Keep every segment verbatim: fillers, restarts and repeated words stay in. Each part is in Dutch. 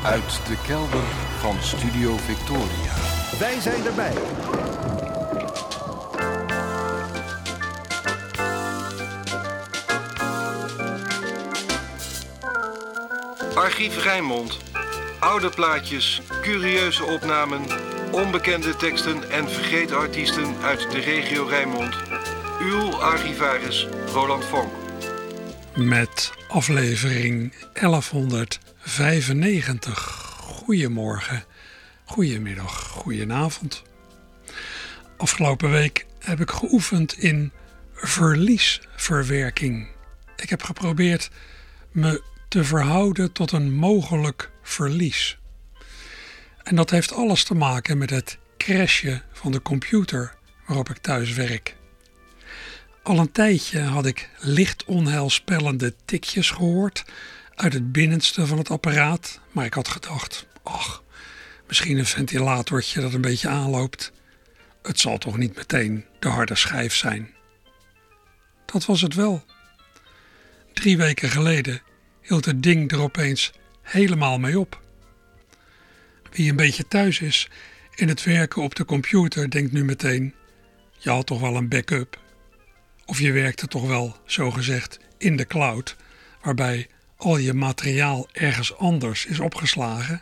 Uit de kelder van Studio Victoria. Wij zijn erbij. Archief Rijnmond. Oude plaatjes, curieuze opnamen, onbekende teksten en vergeten artiesten uit de regio Rijnmond. Uw archivaris Roland Vonk. Met aflevering elfhonderdvijfennegentig. Goedemorgen, goedemiddag, goedenavond. Afgelopen week heb ik geoefend in verliesverwerking. Ik heb geprobeerd me te verhouden tot een mogelijk verlies. En dat heeft alles te maken met het crashen van de computer waarop ik thuis werk. Al een tijdje had ik licht onheilspellende tikjes gehoord uit het binnenste van het apparaat, maar ik had gedacht, ach, misschien een ventilatortje dat een beetje aanloopt. Het zal toch niet meteen de harde schijf zijn. Dat was het wel. Drie weken geleden hield het ding er opeens helemaal mee op. Wie een beetje thuis is in het werken op de computer denkt nu meteen, je had toch wel een backup? Of je werkte toch wel, zogezegd, in de cloud, waarbij al je materiaal ergens anders is opgeslagen?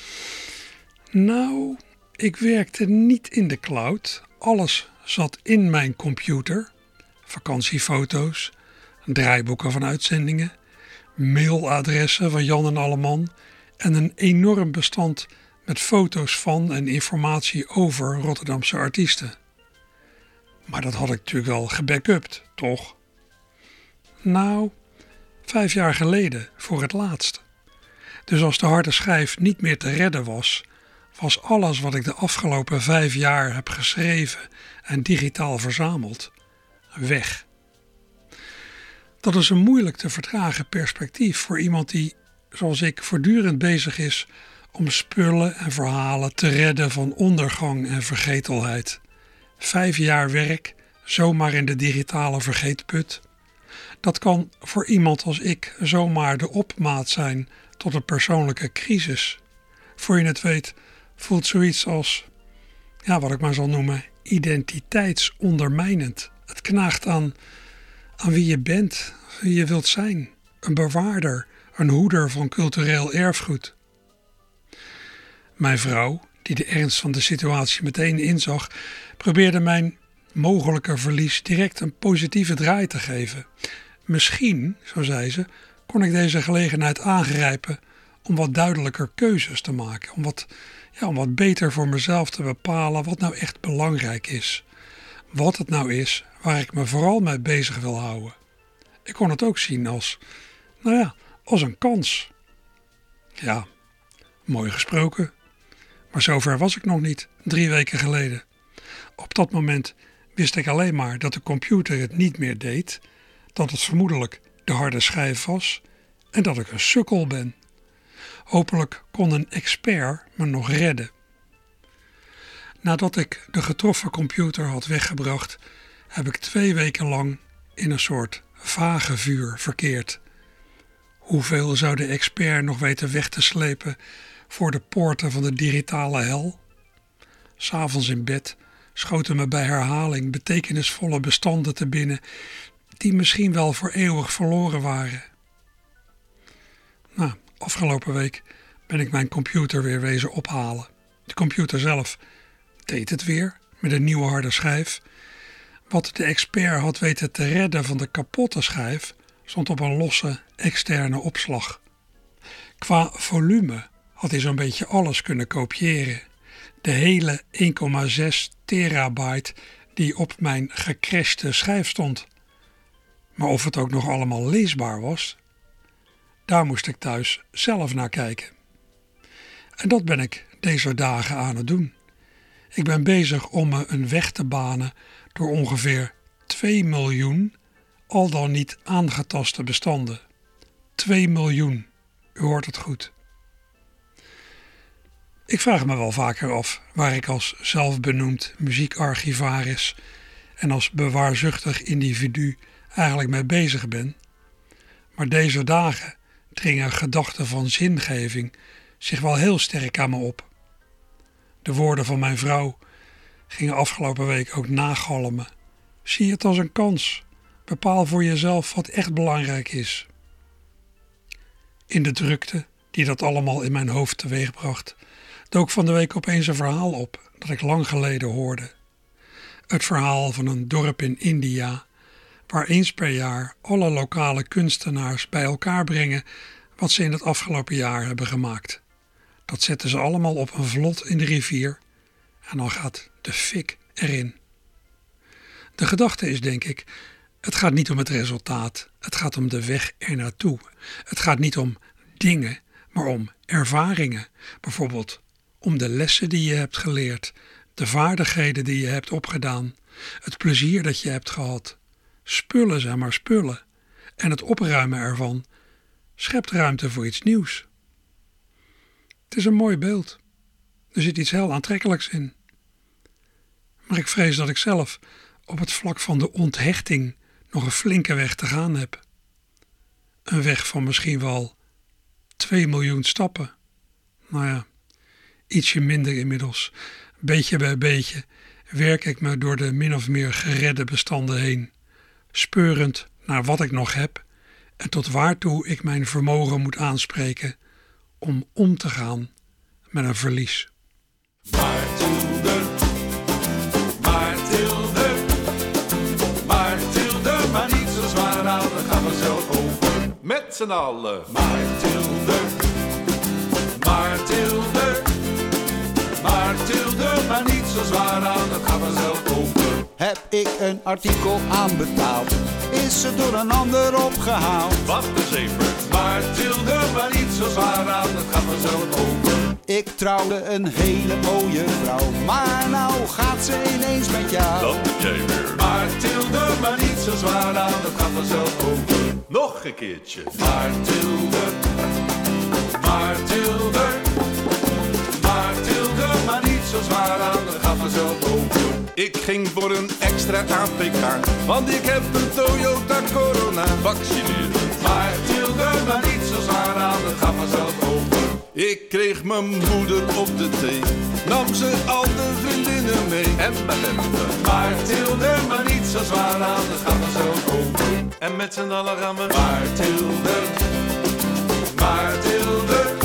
Nou, ik werkte niet in de cloud. Alles zat in mijn computer. Vakantiefoto's, draaiboeken van uitzendingen, mailadressen van Jan en Alleman en een enorm bestand met foto's van en informatie over Rotterdamse artiesten. Maar dat had ik natuurlijk wel gebackupt, toch? Nou, vijf jaar geleden voor het laatst. Dus als de harde schijf niet meer te redden was, was alles wat ik de afgelopen vijf jaar heb geschreven en digitaal verzameld, weg. Dat is een moeilijk te verdragen perspectief voor iemand die, zoals ik, voortdurend bezig is om spullen en verhalen te redden van ondergang en vergetelheid. Vijf jaar werk, zomaar in de digitale vergeetput. Dat kan voor iemand als ik zomaar de opmaat zijn tot een persoonlijke crisis. Voor je het weet voelt zoiets als, ja, wat ik maar zal noemen, identiteitsondermijnend. Het knaagt aan, aan wie je bent, wie je wilt zijn. Een bewaarder, een hoeder van cultureel erfgoed. Mijn vrouw, die de ernst van de situatie meteen inzag, probeerde mijn mogelijke verlies direct een positieve draai te geven. Misschien, zo zei ze, kon ik deze gelegenheid aangrijpen om wat duidelijker keuzes te maken. Om wat, ja, om wat beter voor mezelf te bepalen wat nou echt belangrijk is. Wat het nou is waar ik me vooral mee bezig wil houden. Ik kon het ook zien als, nou ja, als een kans. Ja, mooi gesproken. Maar zover was ik nog niet, drie weken geleden. Op dat moment wist ik alleen maar dat de computer het niet meer deed, dat het vermoedelijk de harde schijf was en dat ik een sukkel ben. Hopelijk kon een expert me nog redden. Nadat ik de getroffen computer had weggebracht, heb ik twee weken lang in een soort vagevuur verkeerd. Hoeveel zou de expert nog weten weg te slepen voor de poorten van de digitale hel? 'S Avonds in bed schoten me bij herhaling betekenisvolle bestanden te binnen die misschien wel voor eeuwig verloren waren. Nou, afgelopen week ben ik mijn computer weer wezen ophalen. De computer zelf deed het weer met een nieuwe harde schijf. Wat de expert had weten te redden van de kapotte schijf stond op een losse externe opslag. Qua volume had hij zo'n beetje alles kunnen kopiëren. De hele één komma zes terabyte die op mijn gecrashte schijf stond. Maar of het ook nog allemaal leesbaar was, daar moest ik thuis zelf naar kijken. En dat ben ik deze dagen aan het doen. Ik ben bezig om me een weg te banen door ongeveer twee miljoen al dan niet aangetaste bestanden. twee miljoen, u hoort het goed. Ik vraag me wel vaker af waar ik als zelfbenoemd muziekarchivaris en als bewaarzuchtig individu eigenlijk mee bezig ben. Maar deze dagen dringen gedachten van zingeving zich wel heel sterk aan me op. De woorden van mijn vrouw gingen afgelopen week ook nagalmen. Zie het als een kans. Bepaal voor jezelf wat echt belangrijk is. In de drukte die dat allemaal in mijn hoofd teweegbracht, dook van de week opeens een verhaal op dat ik lang geleden hoorde. Het verhaal van een dorp in India, waar eens per jaar alle lokale kunstenaars bij elkaar brengen wat ze in het afgelopen jaar hebben gemaakt. Dat zetten ze allemaal op een vlot in de rivier en dan gaat de fik erin. De gedachte is, denk ik, het gaat niet om het resultaat, het gaat om de weg ernaartoe. Het gaat niet om dingen, maar om ervaringen. Bijvoorbeeld om de lessen die je hebt geleerd, de vaardigheden die je hebt opgedaan, het plezier dat je hebt gehad. Spullen zijn maar spullen en het opruimen ervan schept ruimte voor iets nieuws. Het is een mooi beeld. Er zit iets heel aantrekkelijks in. Maar ik vrees dat ik zelf op het vlak van de onthechting nog een flinke weg te gaan heb. Een weg van misschien wel twee miljoen stappen. Nou ja, ietsje minder inmiddels. Beetje bij beetje werk ik me door de min of meer geredde bestanden heen, speurend naar wat ik nog heb en tot waartoe ik mijn vermogen moet aanspreken om om te gaan met een verlies. Maartilde, Maartilde, Maartilde, maar niet zo zwaar aan, daar gaan we zelf over. Met z'n allen. Maartilde, Maartilde, Maartilde, maar niet zo zwaar aan, dat gaan we zelf over. Heb ik een artikel aanbetaald, is ze door een ander opgehaald. Wacht eens even. Maartilde, maar niet zo zwaar aan, dat gaan we zelf over. Ik trouwde een hele mooie vrouw, maar nou gaat ze ineens met jou. Dat moet jij weer. Maartilde, maar niet zo zwaar aan, dat gaan we zelf over. Nog een keertje. Maartilde, Maartilde, Maartilde, maar niet zo zwaar aan, dat gaan we zelf over. Ik ging voor een extra A P K, want ik heb een Toyota Corona. Vaccineren. Maartilde, maar niet zo zwaar aan, dat gaat vanzelf over. Ik kreeg mijn moeder op de thee, nam ze al de vriendinnen mee. En met hem. Maartilde, maar niet zo zwaar aan, dat gaat vanzelf over. En met z'n allen gaan we. Maartilde, Maartilde,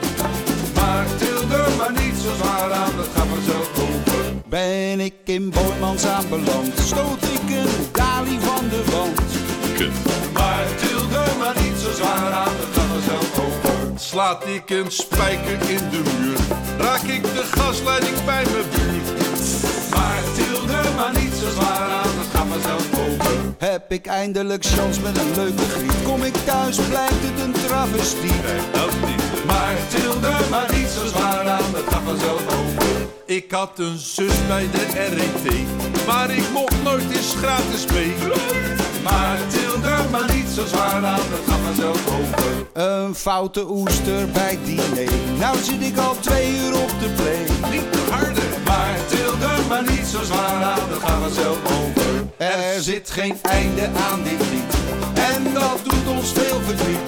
Maartilde, maar niet zo zwaar aan, dat gaat vanzelf over. Ben ik in Boijmans aanbeland, stoot ik een dalie van de wand. Kut. Maartilde, maar niet zo zwaar aan, dat gaat vanzelf over. Slaat ik een spijker in de muur, raak ik de gasleiding bij mijn buur. Maartilde, maar niet zo zwaar aan, dat gaat vanzelf over. Heb ik eindelijk chance met een leuke griet, kom ik thuis, blijkt het een travestie. Nee, dat niet. Maartilde, maar niet zo zwaar aan, dat gaat vanzelf over. Ik had een zus bij de R E T, maar ik mocht nooit eens gratis mee. Maartilde, maar niet zo zwaar aan, dat gaat vanzelf over. Een foute oester bij het diner, nou zit ik al twee uur op de play. Niet te harde. Maartilde, maar niet zo zwaar aan, dat gaat vanzelf over. Er zit geen einde aan dit lied, en dat doet ons veel verdriet.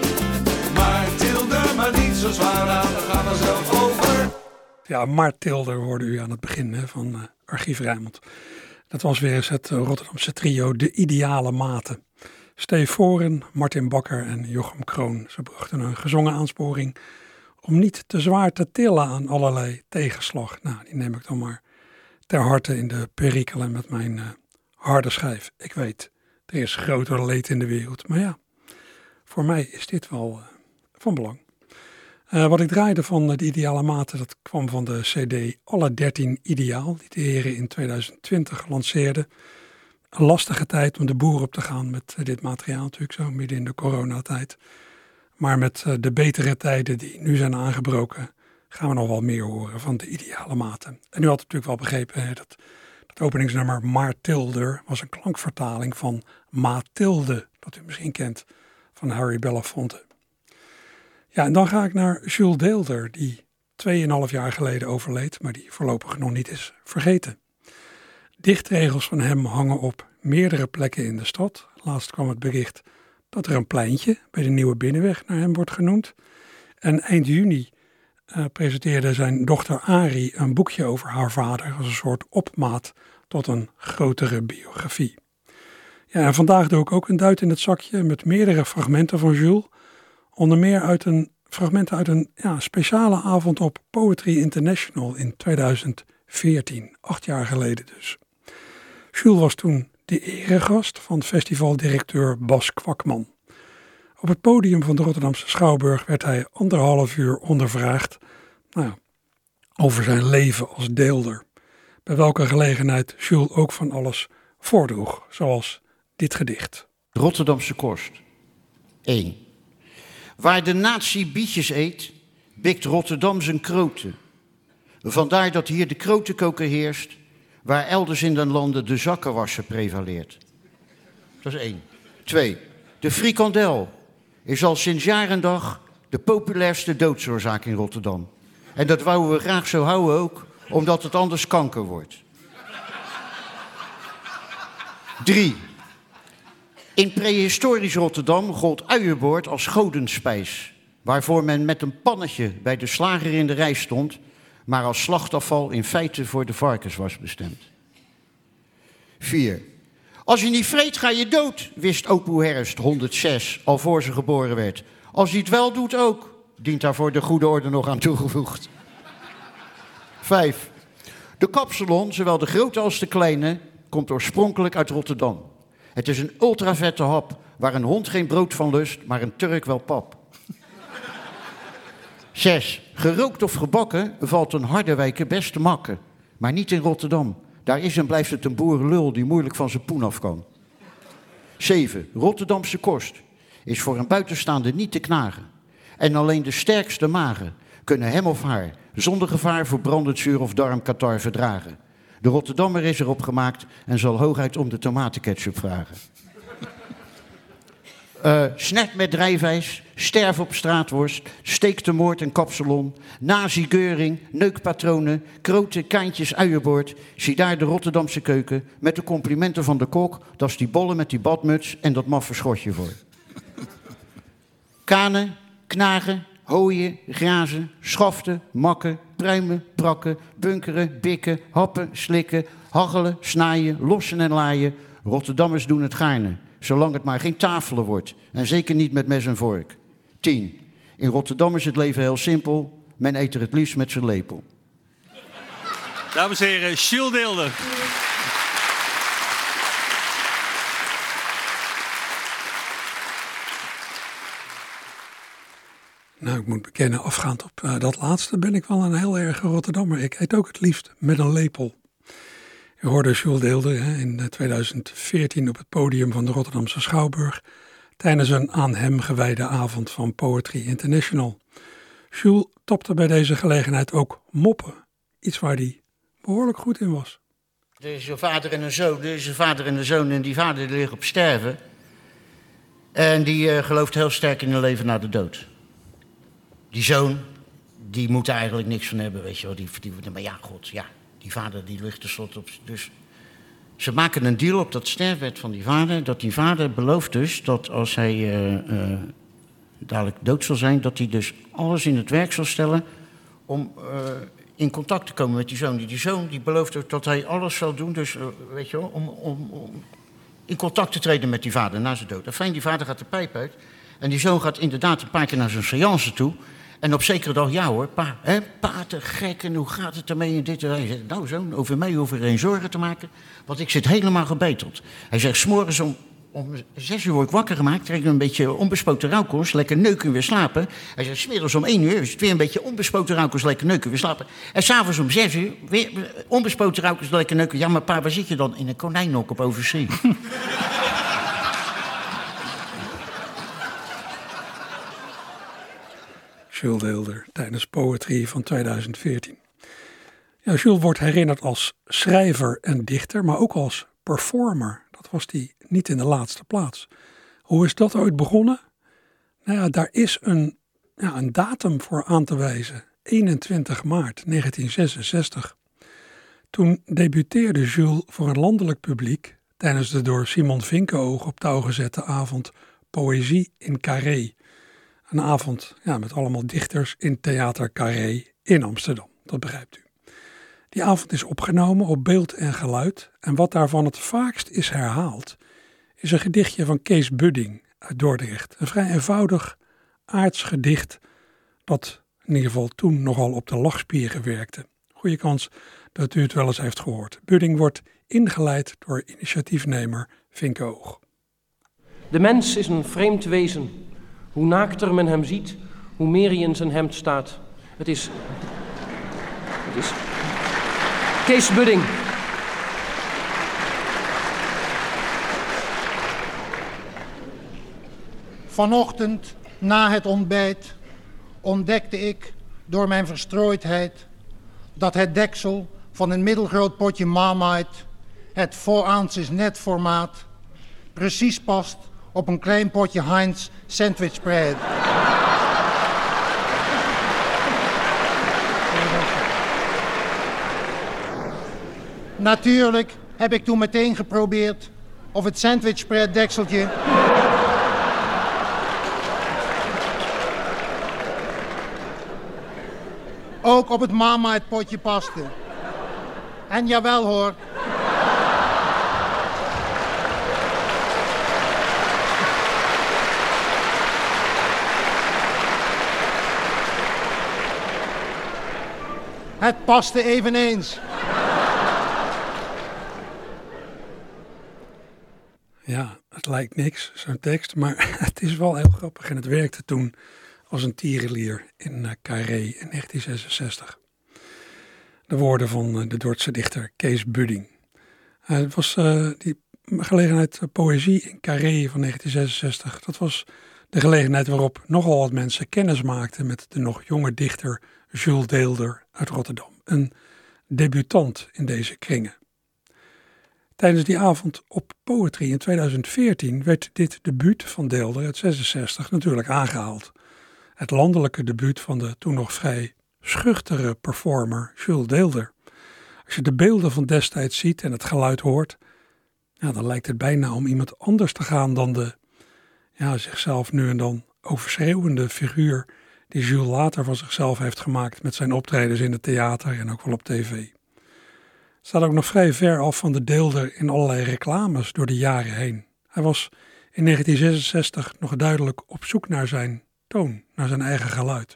Maartilde, maar niet zo zwaar aan, dat gaat vanzelf over. Ja, Maartilde hoorde u aan het begin hè, van uh, Archief Rijnmond. Dat was weer eens het uh, Rotterdamse trio De Ideale Maten. Steve Voren, Martin Bakker en Jochem Kroon. Ze brachten een gezongen aansporing om niet te zwaar te tillen aan allerlei tegenslag. Nou, die neem ik dan maar ter harte in de perikelen met mijn uh, harde schijf. Ik weet, er is groter leed in de wereld. Maar ja, voor mij is dit wel uh, van belang. Uh, wat ik draaide van uh, De Ideale Maten, dat kwam van de cd Alle dertien Ideaal, die de heren in tweeduizend twintig lanceerden. Een lastige tijd om de boer op te gaan met uh, dit materiaal natuurlijk zo, midden in de coronatijd. Maar met uh, de betere tijden die nu zijn aangebroken, gaan we nog wel meer horen van De Ideale Maten. En u had natuurlijk wel begrepen hè, dat het openingsnummer Maartilder was een klankvertaling van Mathilde, dat u misschien kent, van Harry Belafonte. Ja, en dan ga ik naar Jules Deelder, die tweeënhalf jaar geleden overleed, maar die voorlopig nog niet is vergeten. Dichtregels van hem hangen op meerdere plekken in de stad. Laatst kwam het bericht dat er een pleintje bij de Nieuwe Binnenweg naar hem wordt genoemd. En eind juni uh, presenteerde zijn dochter Arie een boekje over haar vader als een soort opmaat tot een grotere biografie. Ja, en vandaag doe ik ook een duit in het zakje met meerdere fragmenten van Jules. Onder meer uit een, fragmenten uit een ja, speciale avond op Poetry International in tweeduizend veertien, acht jaar geleden dus. Jules was toen de eregast van festivaldirecteur Bas Kwakman. Op het podium van de Rotterdamse Schouwburg werd hij anderhalf uur ondervraagd nou, over zijn leven als deelder. Bij welke gelegenheid Jules ook van alles voordroeg, zoals dit gedicht. Rotterdamse kost. één. Waar de natie bietjes eet, bikt Rotterdam zijn kroten. Vandaar dat hier de krotenkoker heerst, waar elders in den landen de zakkenwasser prevaleert. Dat is één. Twee. De frikandel is al sinds jaar en dag de populairste doodsoorzaak in Rotterdam. En dat wouden we graag zo houden ook, omdat het anders kanker wordt. Drie. In prehistorisch Rotterdam gold uienboord als godenspijs, waarvoor men met een pannetje bij de slager in de rij stond, maar als slachtafval in feite voor de varkens was bestemd. Vier. Als je niet vreet, ga je dood, wist Opoe Herfst honderdzes, al voor ze geboren werd. Als hij het wel doet ook, dient daar voor de goede orde nog aan toegevoegd. Vijf. De kapsalon, zowel de grote als de kleine, komt oorspronkelijk uit Rotterdam. Het is een ultravette hap, waar een hond geen brood van lust, maar een Turk wel pap. Zes. Gerookt of gebakken valt een Harderwijker best te makken, maar niet in Rotterdam. Daar is en blijft het een boerenlul die moeilijk van zijn poen af kan. Zeven. Rotterdamse kost is voor een buitenstaander niet te knagen. En alleen de sterkste magen kunnen hem of haar zonder gevaar voor brandend zuur of darmkatar verdragen. De Rotterdammer is erop gemaakt en zal hooguit om de tomatenketchup vragen. Uh, Snet met drijfijs, sterf op straatworst, steektemoord en kapsalon, nazi-geuring, neukpatronen, kroten, kaantjes, uienboord. Zie daar de Rotterdamse keuken met de complimenten van de kok, dat is die bollen met die badmuts en dat maffe schotje voor. Kanen, knagen, hooien, grazen, schaften, makken, pruimen, prakken, bunkeren, bikken, happen, slikken, haggelen, snaaien, lossen en laaien. Rotterdammers doen het gaarne, zolang het maar geen tafelen wordt. En zeker niet met mes en vork. tien. In Rotterdam is het leven heel simpel. Men eet er het liefst met zijn lepel. Dames en heren, Jules Deelder. Nou, ik moet bekennen, afgaand op uh, dat laatste ben ik wel een heel erg Rotterdammer. Ik eet ook het liefst met een lepel. Je hoorde Jules Deelder hè, in tweeduizend veertien op het podium van de Rotterdamse Schouwburg tijdens een aan hem gewijde avond van Poetry International. Jules topte bij deze gelegenheid ook moppen, iets waar hij behoorlijk goed in was. Er is een vader en een zoon, er is een vader en een zoon en die vader die ligt op sterven. En die uh, gelooft heel sterk in een leven na de dood. Die zoon, die moet er eigenlijk niks van hebben, weet je wel. Die, die, maar ja, god, ja, die vader die ligt tenslotte op. Dus ze maken een deal op dat sterfbed van die vader. Dat die vader belooft dus dat als hij uh, uh, dadelijk dood zal zijn, dat hij dus alles in het werk zal stellen om uh, in contact te komen met die zoon. Die, die zoon die belooft ook dat hij alles zal doen, dus uh, weet je wel, om, om, om in contact te treden met die vader na zijn dood. En fijn, die vader gaat de pijp uit. En die zoon gaat inderdaad een paar keer naar zijn seance toe. En op zekere dag, ja hoor, pa, hè, pa, te gek, en hoe gaat het ermee en dit en dat. Hij zegt, nou zoon, over mij hoef je geen zorgen te maken, want ik zit helemaal gebeteld. Hij zegt, 's morgens om, om zes uur word ik wakker gemaakt, trek ik een beetje onbespoten rauwkost, lekker neuken weer slapen. Hij zegt, 's middags om één uur is het weer een beetje onbespoten rauwkost, lekker neuken weer slapen. En s'avonds om zes uur, weer onbespoten rauwkost, lekker neuken. Ja, maar pa, waar zit je dan? In een konijnenhok op Overzee. Jules Deelder tijdens Poetry van tweeduizend veertien. Ja, Jules wordt herinnerd als schrijver en dichter, maar ook als performer. Dat was hij niet in de laatste plaats. Hoe is dat ooit begonnen? Nou ja, daar is een, ja, een datum voor aan te wijzen. eenentwintig maart negentien zesenzestig. Toen debuteerde Jules voor een landelijk publiek tijdens de door Simon Vinkenoog op touw gezette avond Poëzie in Carré. Een avond ja, met allemaal dichters in Theater Carré in Amsterdam, dat begrijpt u. Die avond is opgenomen op beeld en geluid en wat daarvan het vaakst is herhaald, is een gedichtje van Kees Budding uit Dordrecht. Een vrij eenvoudig, aards gedicht dat in ieder geval toen nogal op de lachspieren werkte. Goeie kans dat u het wel eens heeft gehoord. Budding wordt ingeleid door initiatiefnemer Vinke Oog. De mens is een vreemd wezen. Hoe naakter men hem ziet, hoe meer hij in zijn hemd staat. Het is... Het is... Kees Budding. Vanochtend, na het ontbijt, ontdekte ik door mijn verstrooidheid dat het deksel van een middelgroot potje Marmite, het four ounces net formaat, precies past op een klein potje Heinz sandwich spread. Natuurlijk heb ik toen meteen geprobeerd of het sandwich spread dekseltje ook op het Marmite potje paste. En jawel hoor. Het paste eveneens. Ja, het lijkt niks, zo'n tekst, maar het is wel heel grappig en het werkte toen als een tierenlier in uh, Carré in negentien zesenzestig. De woorden van uh, de Dordtse dichter Kees Budding. Uh, het was uh, die gelegenheid uh, Poëzie in Carré van negentien zesenzestig. Dat was de gelegenheid waarop nogal wat mensen kennis maakten met de nog jonge dichter Jules Deelder uit Rotterdam. Een debutant in deze kringen. Tijdens die avond op Poetry in tweeduizend veertien werd dit debuut van Deelder uit zesenzestig natuurlijk aangehaald. Het landelijke debuut van de toen nog vrij schuchtere performer Jules Deelder. Als je de beelden van destijds ziet en het geluid hoort, ja, dan lijkt het bijna om iemand anders te gaan dan de ja, zichzelf nu en dan overschreeuwende figuur die Jules later van zichzelf heeft gemaakt met zijn optredens in het theater en ook wel op tv. Het staat ook nog vrij ver af van de Deelder in allerlei reclames door de jaren heen. Hij was in negentien zesenzestig nog duidelijk op zoek naar zijn toon, naar zijn eigen geluid.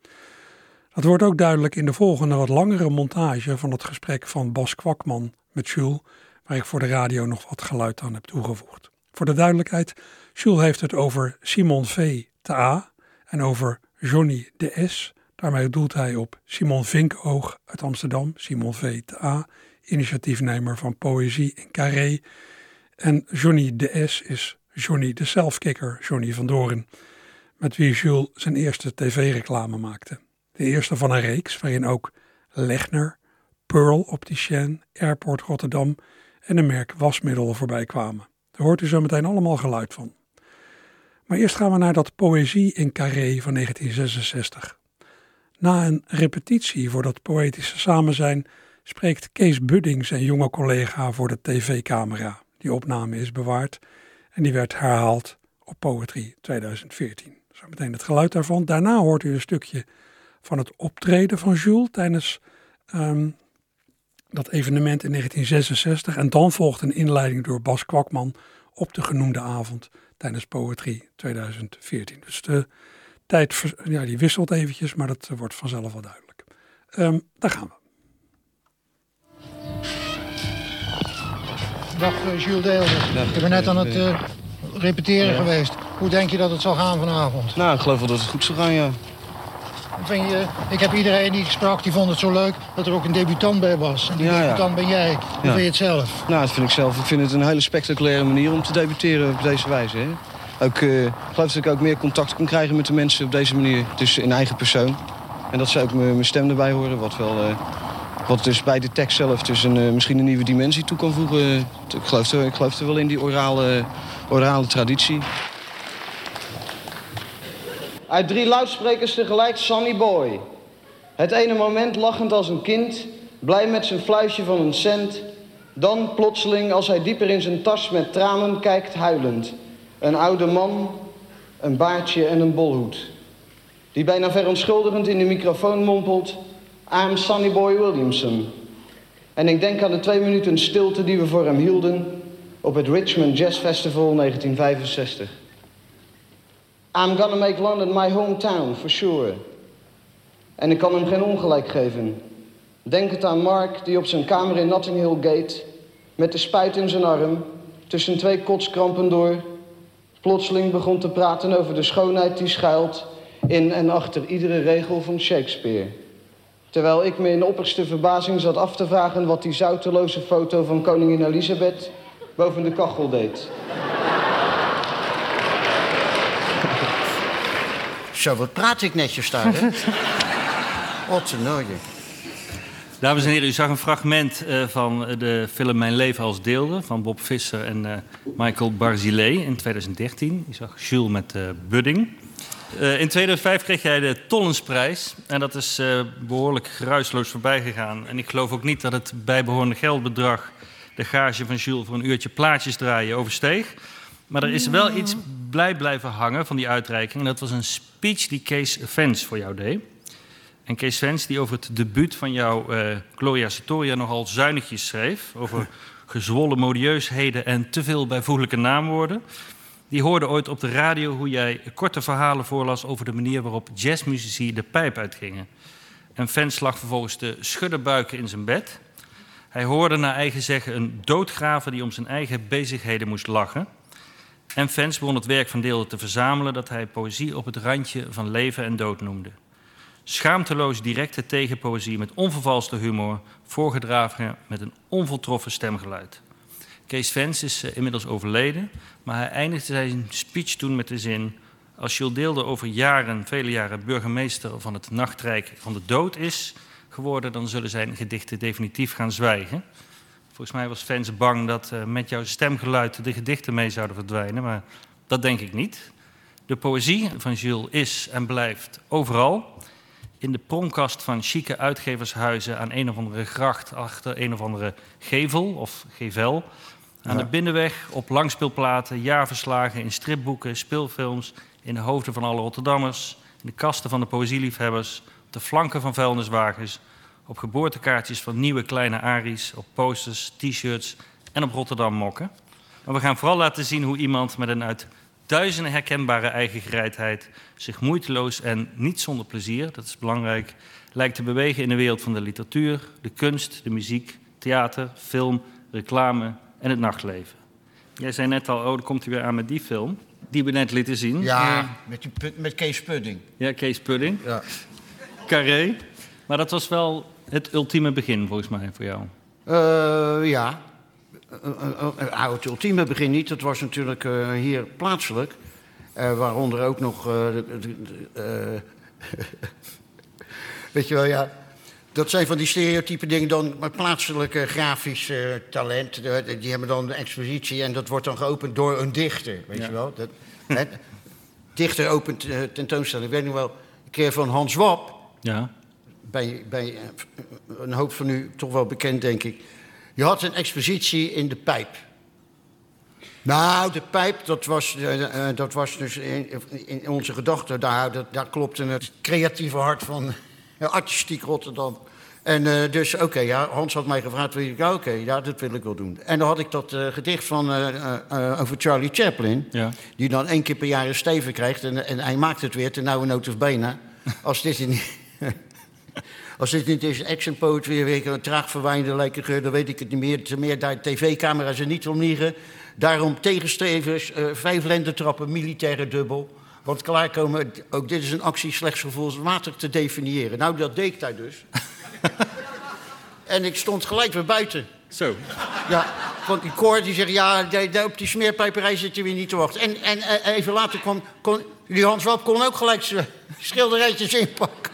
Dat wordt ook duidelijk in de volgende wat langere montage van het gesprek van Bas Kwakman met Jules, waar ik voor de radio nog wat geluid aan heb toegevoegd. Voor de duidelijkheid, Jules heeft het over Simon V. te A en over Johnny de S. Daarmee doelt hij op Simon Vinkoog uit Amsterdam, Simon V. te A, initiatiefnemer van Poëzie in Carré. En Johnny de S. is Johnny de Selfkicker, Johnny van Doorn, met wie Jules zijn eerste tv-reclame maakte. De eerste van een reeks waarin ook Legner, Pearl Opticien, Airport Rotterdam en een merk wasmiddel voorbij kwamen. Daar hoort u zo meteen allemaal geluid van. Maar eerst gaan we naar dat Poëzie in Carré van negentien zesenzestig. Na een repetitie voor dat poëtische samenzijn spreekt Kees Budding zijn jonge collega voor de tv-camera. Die opname is bewaard en die werd herhaald op Poetry tweeduizend veertien. Zo meteen het geluid daarvan. Daarna hoort u een stukje van het optreden van Jules tijdens um, dat evenement in negentien zesenzestig. En dan volgt een inleiding door Bas Kwakman op de genoemde avond tijdens Poetry tweeduizend veertien. Dus de tijd ja, die wisselt eventjes, maar dat wordt vanzelf wel duidelijk. Um, daar gaan we. Dag uh, Jules Deelder. Ik ben net aan het uh, repeteren ja. geweest. Hoe denk je dat het zal gaan vanavond? Nou, ik geloof wel dat het goed zal gaan, ja. Vind je, ik heb iedereen die ik sprak, die vond het zo leuk dat er ook een debutant bij was. En die ja, debutant ja. ben jij. Hoe ja. vind je het zelf? Nou, dat vind ik zelf. Ik vind het een hele spectaculaire manier om te debuteren op deze wijze. Hè? Ook, uh, ik geloof dat ik ook meer contact kan krijgen met de mensen op deze manier. Dus in eigen persoon. En dat ze ook mijn stem erbij horen. Wat, wel, uh, wat dus bij de tekst zelf dus een, uh, misschien een nieuwe dimensie toe kan voegen. Ik geloof er, ik geloof er wel in die orale, orale traditie. Uit drie luidsprekers tegelijk Sonny Boy. Het ene moment lachend als een kind, blij met zijn fluitje van een cent. Dan plotseling als hij dieper in zijn tas met tranen kijkt huilend. Een oude man, een baardje en een bolhoed. die bijna verontschuldigend in de microfoon mompelt: I'm Sonny Boy Williamson. En ik denk aan de twee minuten stilte die we voor hem hielden op het Richmond Jazz Festival negentien vijfenzestig. I'm gonna make London my hometown, for sure. En ik kan hem geen ongelijk geven. Denkend aan Mark die op zijn kamer in Notting Hill Gate, met de spuit in zijn arm, tussen twee kotskrampen door, plotseling begon te praten over de schoonheid die schuilt in en achter iedere regel van Shakespeare. Terwijl ik me in opperste verbazing zat af te vragen wat die zouteloze foto van koningin Elisabeth boven de kachel deed. Zo, wat praat ik netjes daar, hè? Ottenooie. Dames en heren, u zag een fragment uh, van de film Mijn leven als deelde van Bob Visser en uh, Michael Barzilay in twintig dertien. U zag Jules met uh, Budding. Uh, in tweeduizend vijf kreeg jij de Tollensprijs en dat is uh, behoorlijk geruisloos voorbij gegaan. En ik geloof ook niet dat het bijbehorende geldbedrag de gage van Jules voor een uurtje plaatjes draaien oversteeg. Maar er is wel iets blij blijven hangen van die uitreiking. En dat was een speech die Kees Vens voor jou deed. En Kees Vens die over het debuut van jouw uh, Gloria Sartoria nogal zuinigjes schreef. Over gezwollen modieusheden en te veel bijvoeglijke naamwoorden. Die hoorde ooit op de radio hoe jij korte verhalen voorlas over de manier waarop jazzmuzici de pijp uitgingen. En Vens lag vervolgens te schudden buiken in zijn bed. Hij hoorde naar eigen zeggen een doodgraver die om zijn eigen bezigheden moest lachen. En Vens begon het werk van Deelde te verzamelen dat hij poëzie op het randje van leven en dood noemde. Schaamteloos directe tegenpoëzie met onvervalste humor, voorgedragen met een onvoltroffen stemgeluid. Kees Vens is uh, inmiddels overleden, maar hij eindigde zijn speech toen met de zin: als Jules Deelde over jaren, vele jaren burgemeester van het nachtrijk van de dood is geworden, dan zullen zijn gedichten definitief gaan zwijgen. Volgens mij was Vens bang dat uh, met jouw stemgeluid de gedichten mee zouden verdwijnen, maar dat denk ik niet. De poëzie van Jules is en blijft overal. In de pronkkast van chique uitgevershuizen aan een of andere gracht achter een of andere gevel of gevel. Aan ja. de binnenweg, op langspeelplaten, jaarverslagen, in stripboeken, speelfilms, in de hoofden van alle Rotterdammers, in de kasten van de poëzieliefhebbers, op de flanken van vuilniswagens, op geboortekaartjes van nieuwe kleine Aries, op posters, t-shirts en op Rotterdam-mokken. Maar we gaan vooral laten zien hoe iemand met een uit duizenden herkenbare eigen gereidheid zich moeiteloos en niet zonder plezier, dat is belangrijk, lijkt te bewegen in de wereld van de literatuur, de kunst, de muziek, theater, film, reclame en het nachtleven. Jij zei net al, oh, dan komt hij weer aan met die film, die we net lieten zien. Ja, uh, met, die, met Kees Pudding. Ja, Kees Pudding. Ja. Carré. Maar dat was wel het ultieme begin, volgens mij, voor jou. Uh, ja. Uh, uh, uh, het ultieme begin niet. Dat was natuurlijk uh, hier plaatselijk. Uh, waaronder ook nog... Uh, uh, weet je wel, ja... Dat zijn van die stereotype dingen dan met plaatselijke grafisch uh, talent. Uh, die hebben dan een expositie en dat wordt dan geopend door een dichter. Weet ja. je wel? Dat, hè, dichter opent uh, tentoonstelling. Ik weet nog wel een keer van Hans Wap. Ja. Bij, bij uh, een hoop van u toch wel bekend, denk ik. Je had een expositie in de Pijp. Nou, de Pijp, dat was, uh, uh, dat was dus in, in onze gedachten. Daar, dat, daar klopte het creatieve hart van uh, artistiek Rotterdam. En uh, dus, oké, okay, ja, Hans had mij gevraagd, wil je, ja, oké, okay, ja, dat wil ik wel doen. En dan had ik dat uh, gedicht van, uh, uh, over Charlie Chaplin, ja. die dan één keer per jaar een steven krijgt. En, en hij maakt het weer, ten nauwe nood bijna. Als dit in... Als dit niet is action poetry, weer een traag verwijnde lijke geur, dan weet ik het niet meer. Te meer daar tv-camera's en niet omliegen. Daarom tegenstrevers, uh, vijf lendentrappen, militaire dubbel. Want klaarkomen, ook dit is een actie slechts gevoelsmatig te definiëren. Nou, dat deed ik daar dus. En ik stond gelijk weer buiten. Zo. Ja, want die koor die zegt, ja, op die smeerpijperij zit je weer niet te wachten. En, en uh, even later kwam, kon, die Hans Wap kon ook gelijk schilderijtjes inpakken.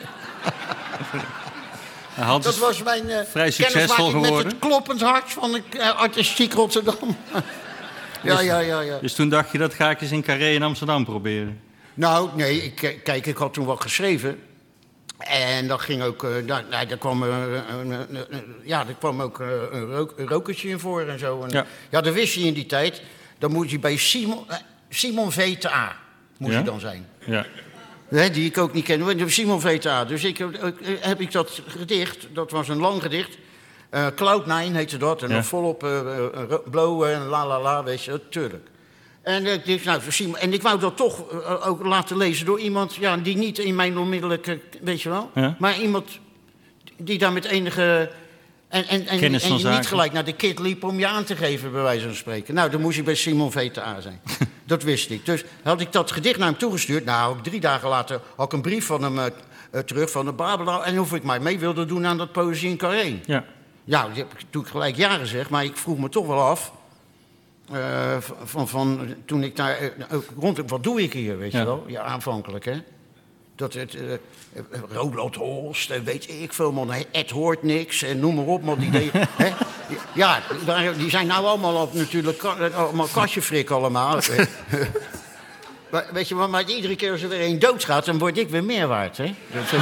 Hans dat was mijn uh, vrij succesvol geworden. Met het kloppend hart van de uh, artistiek Rotterdam. ja, dus, ja, ja, ja. Dus toen dacht je, dat ga ik eens in Carré in Amsterdam proberen? Nou, nee, ik, kijk, ik had toen wat geschreven. En dat ging ook, uh, daar, nou, daar kwam, uh, uh, uh, uh, ja, er kwam ook uh, een, rook, een rokertje in voor en zo. En, ja. ja, dat wist je in die tijd. Dan moet je bij Simon, uh, Simon V T A moet ja? je dan zijn. Ja. Hè, die ik ook niet ken. Simon V T A. Dus ik, uh, heb ik dat gedicht, dat was een lang gedicht. Uh, Cloud nine heette dat. En ja. nog volop uh, uh, blowen en la la la, weet je, tuurlijk. En, uh, ik, nou, Simon, en ik wou dat toch uh, ook laten lezen door iemand ja, die niet in mijn onmiddellijke, weet je wel, ja. maar iemand die daar met enige. En, en, en, en je niet gelijk naar de kid liep om je aan te geven, bij wijze van spreken. Nou, dan moest ik bij Simon V T A zijn. Dat wist ik. Dus had ik dat gedicht naar hem toegestuurd. Nou, drie dagen later had ik een brief van hem uh, uh, terug van de Babel. En of ik mij mee wilde doen aan dat Poëzie in Carré. Ja. Ja, dat heb ik toen gelijk ja gezegd. Maar ik vroeg me toch wel af. Uh, van, van toen ik daar uh, rond. Wat doe ik hier, weet ja. je wel? Ja, aanvankelijk, hè? Dat het, uh, Roland Holst, en weet ik veel, man, Ed hoort niks en noem maar op, man. Die deed, hè? Ja, die zijn nou allemaal op, natuurlijk, allemaal kastjefrik allemaal. Maar, weet je, maar iedere keer als er weer een doodgaat, dan word ik weer meer waard, hè?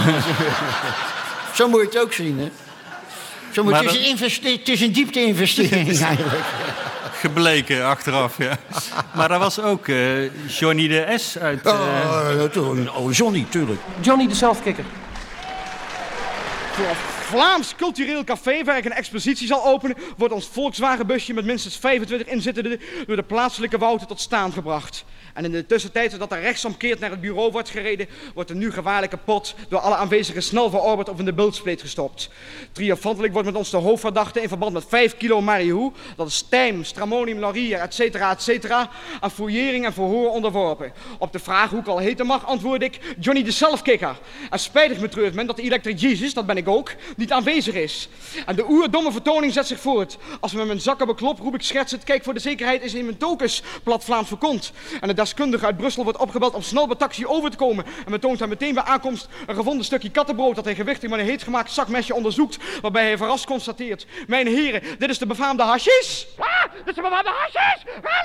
Zo moet je het ook zien, hè? Zo moet, het, is een investe- het is een diepte-investering eigenlijk. Gebleken achteraf, ja. Maar daar was ook uh, Johnny de S uit... Uh... Oh, oh, Johnny, tuurlijk. Johnny de Zelfkikker. Voor een Vlaams cultureel café waar ik een expositie zal openen, wordt ons Volkswagenbusje met minstens vijfentwintig inzittenden door de plaatselijke Wouter tot staan gebracht. En in de tussentijd dat er rechtsomkeerd naar het bureau wordt gereden, wordt de nu gevaarlijke pot door alle aanwezigen snel verorberd of in de bultspleet gestopt. Triomfantelijk wordt met ons de hoofdverdachte in verband met vijf kilo marihuana, dat is tijm, stramonium, laurier, et cetera, et cetera, aan fouillering en verhoor onderworpen. Op de vraag hoe ik al heten mag, antwoord ik Johnny de Zelfkikker. En spijtig betreurt men dat de Electric Jesus, dat ben ik ook, niet aanwezig is. En de oerdomme vertoning zet zich voort. Als we met mijn zakken beklop, roep ik schertsend, kijk, voor de zekerheid is in mijn tokens plat Vlaams verkond. En de deskundige uit Brussel wordt opgebeld om snel bij taxi over te komen. En men toont hem meteen bij aankomst een gevonden stukje kattenbrood dat hij gewichtig met een heet gemaakt zakmesje onderzoekt, waarbij hij verrast constateert: mijn heren, dit is de befaamde hashish. Ah, dit is de befaamde hashish.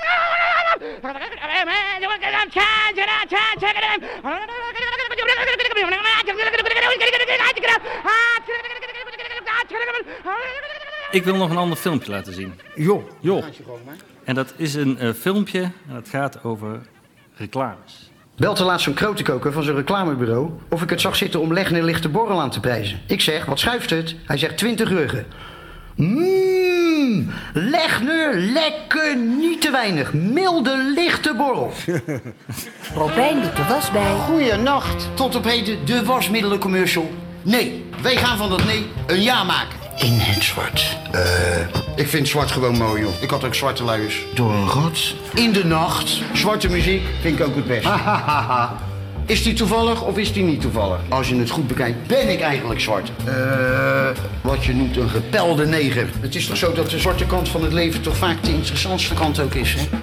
Ik wil nog een ander filmpje laten zien. Jo. Jo. En dat is een uh, filmpje en dat gaat over reclames. Belt er laatst zo'n krotenkoker van zijn reclamebureau of ik het zag zitten om Legner lichte borrel aan te prijzen. Ik zeg, wat schuift het? Hij zegt twintig ruggen. Mmm, Legner, lekker, niet te weinig. Milde, lichte borrel. Robijn doet de was bij. Goeienacht. Tot op heden de wasmiddelencommercial. Nee, wij gaan van dat nee een ja maken. In het zwart. Uh, ik vind zwart gewoon mooi, joh. Ik had ook zwarte luiers. Door een rot. In de nacht. Zwarte muziek vind ik ook het best. Is die toevallig of is die niet toevallig? Als je het goed bekijkt, ben ik eigenlijk zwart. Uh, wat je noemt een gepelde neger. Het is toch zo dat de zwarte kant van het leven toch vaak de interessantste kant ook is, hè?